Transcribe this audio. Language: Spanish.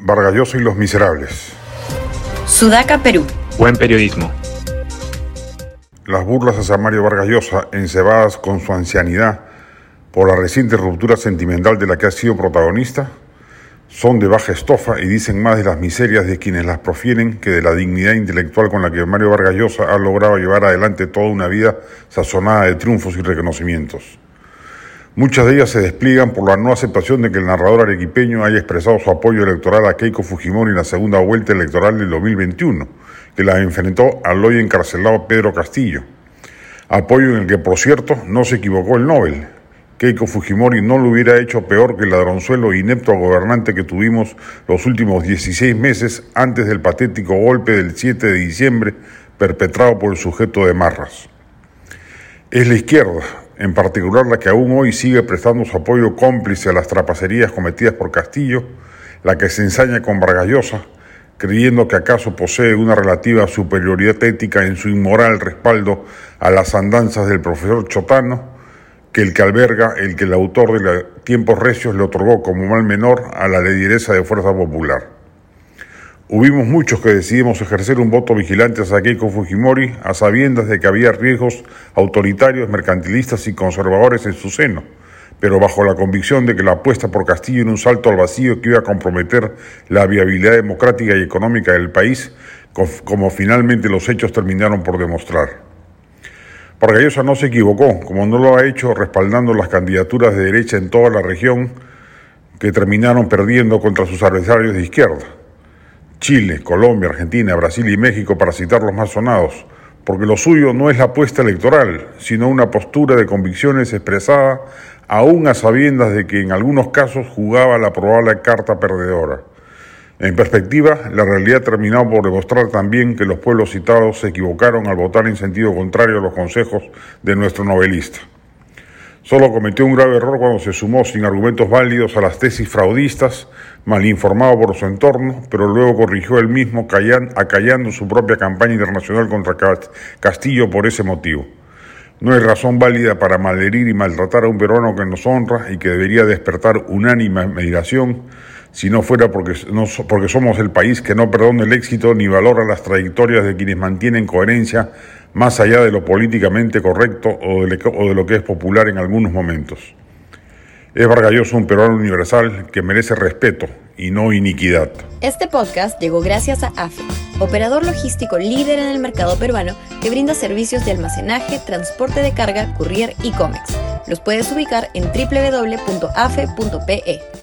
Vargas Llosa y los miserables. Sudaca, Perú. Buen periodismo. Las burlas hacia Mario Vargas Llosa, encebadas con su ancianidad por la reciente ruptura sentimental de la que ha sido protagonista, son de baja estofa y dicen más de las miserias de quienes las profieren que de la dignidad intelectual con la que Mario Vargas Llosa ha logrado llevar adelante toda una vida sazonada de triunfos y reconocimientos. Muchas de ellas se despliegan por la no aceptación de que el narrador arequipeño haya expresado su apoyo electoral a Keiko Fujimori en la segunda vuelta electoral del 2021, que la enfrentó al hoy encarcelado Pedro Castillo. Apoyo en el que, por cierto, no se equivocó el Nobel. Keiko Fujimori no lo hubiera hecho peor que el ladronzuelo e inepto gobernante que tuvimos los últimos 16 meses antes del patético golpe del 7 de diciembre perpetrado por el sujeto de Marras. Es la izquierda, en particular la que aún hoy sigue prestando su apoyo cómplice a las trapacerías cometidas por Castillo, la que se ensaña con Vargas Llosa, creyendo que acaso posee una relativa superioridad ética en su inmoral respaldo a las andanzas del profesor Chotano, que el autor de Tiempos Recios le otorgó como mal menor a la lideresa de Fuerza Popular. Hubimos muchos que decidimos ejercer un voto vigilante hacia Keiko Fujimori a sabiendas de que había riesgos autoritarios, mercantilistas y conservadores en su seno, pero bajo la convicción de que la apuesta por Castillo en un salto al vacío que iba a comprometer la viabilidad democrática y económica del país, como finalmente los hechos terminaron por demostrar. Vargas Llosa no se equivocó, como no lo ha hecho respaldando las candidaturas de derecha en toda la región que terminaron perdiendo contra sus adversarios de izquierda. Chile, Colombia, Argentina, Brasil y México, para citar los más sonados, porque lo suyo no es la apuesta electoral, sino una postura de convicciones expresada aún a sabiendas de que en algunos casos jugaba la probable carta perdedora. En perspectiva, la realidad terminó por demostrar también que los pueblos citados se equivocaron al votar en sentido contrario a los consejos de nuestro novelista. Solo cometió un grave error cuando se sumó sin argumentos válidos a las tesis fraudistas, mal informado por su entorno, pero luego corrigió él mismo acallando su propia campaña internacional contra Castillo por ese motivo. No hay razón válida para malherir y maltratar a un peruano que nos honra y que debería despertar unánime admiración, si no fuera porque somos el país que no perdona el éxito ni valora las trayectorias de quienes mantienen coherencia más allá de lo políticamente correcto o de lo que es popular en algunos momentos. Es Vargas Llosa un peruano universal que merece respeto y no iniquidad. Este podcast llegó gracias a AFE, operador logístico líder en el mercado peruano que brinda servicios de almacenaje, transporte de carga, courier y cómics. Los puedes ubicar en www.afe.pe.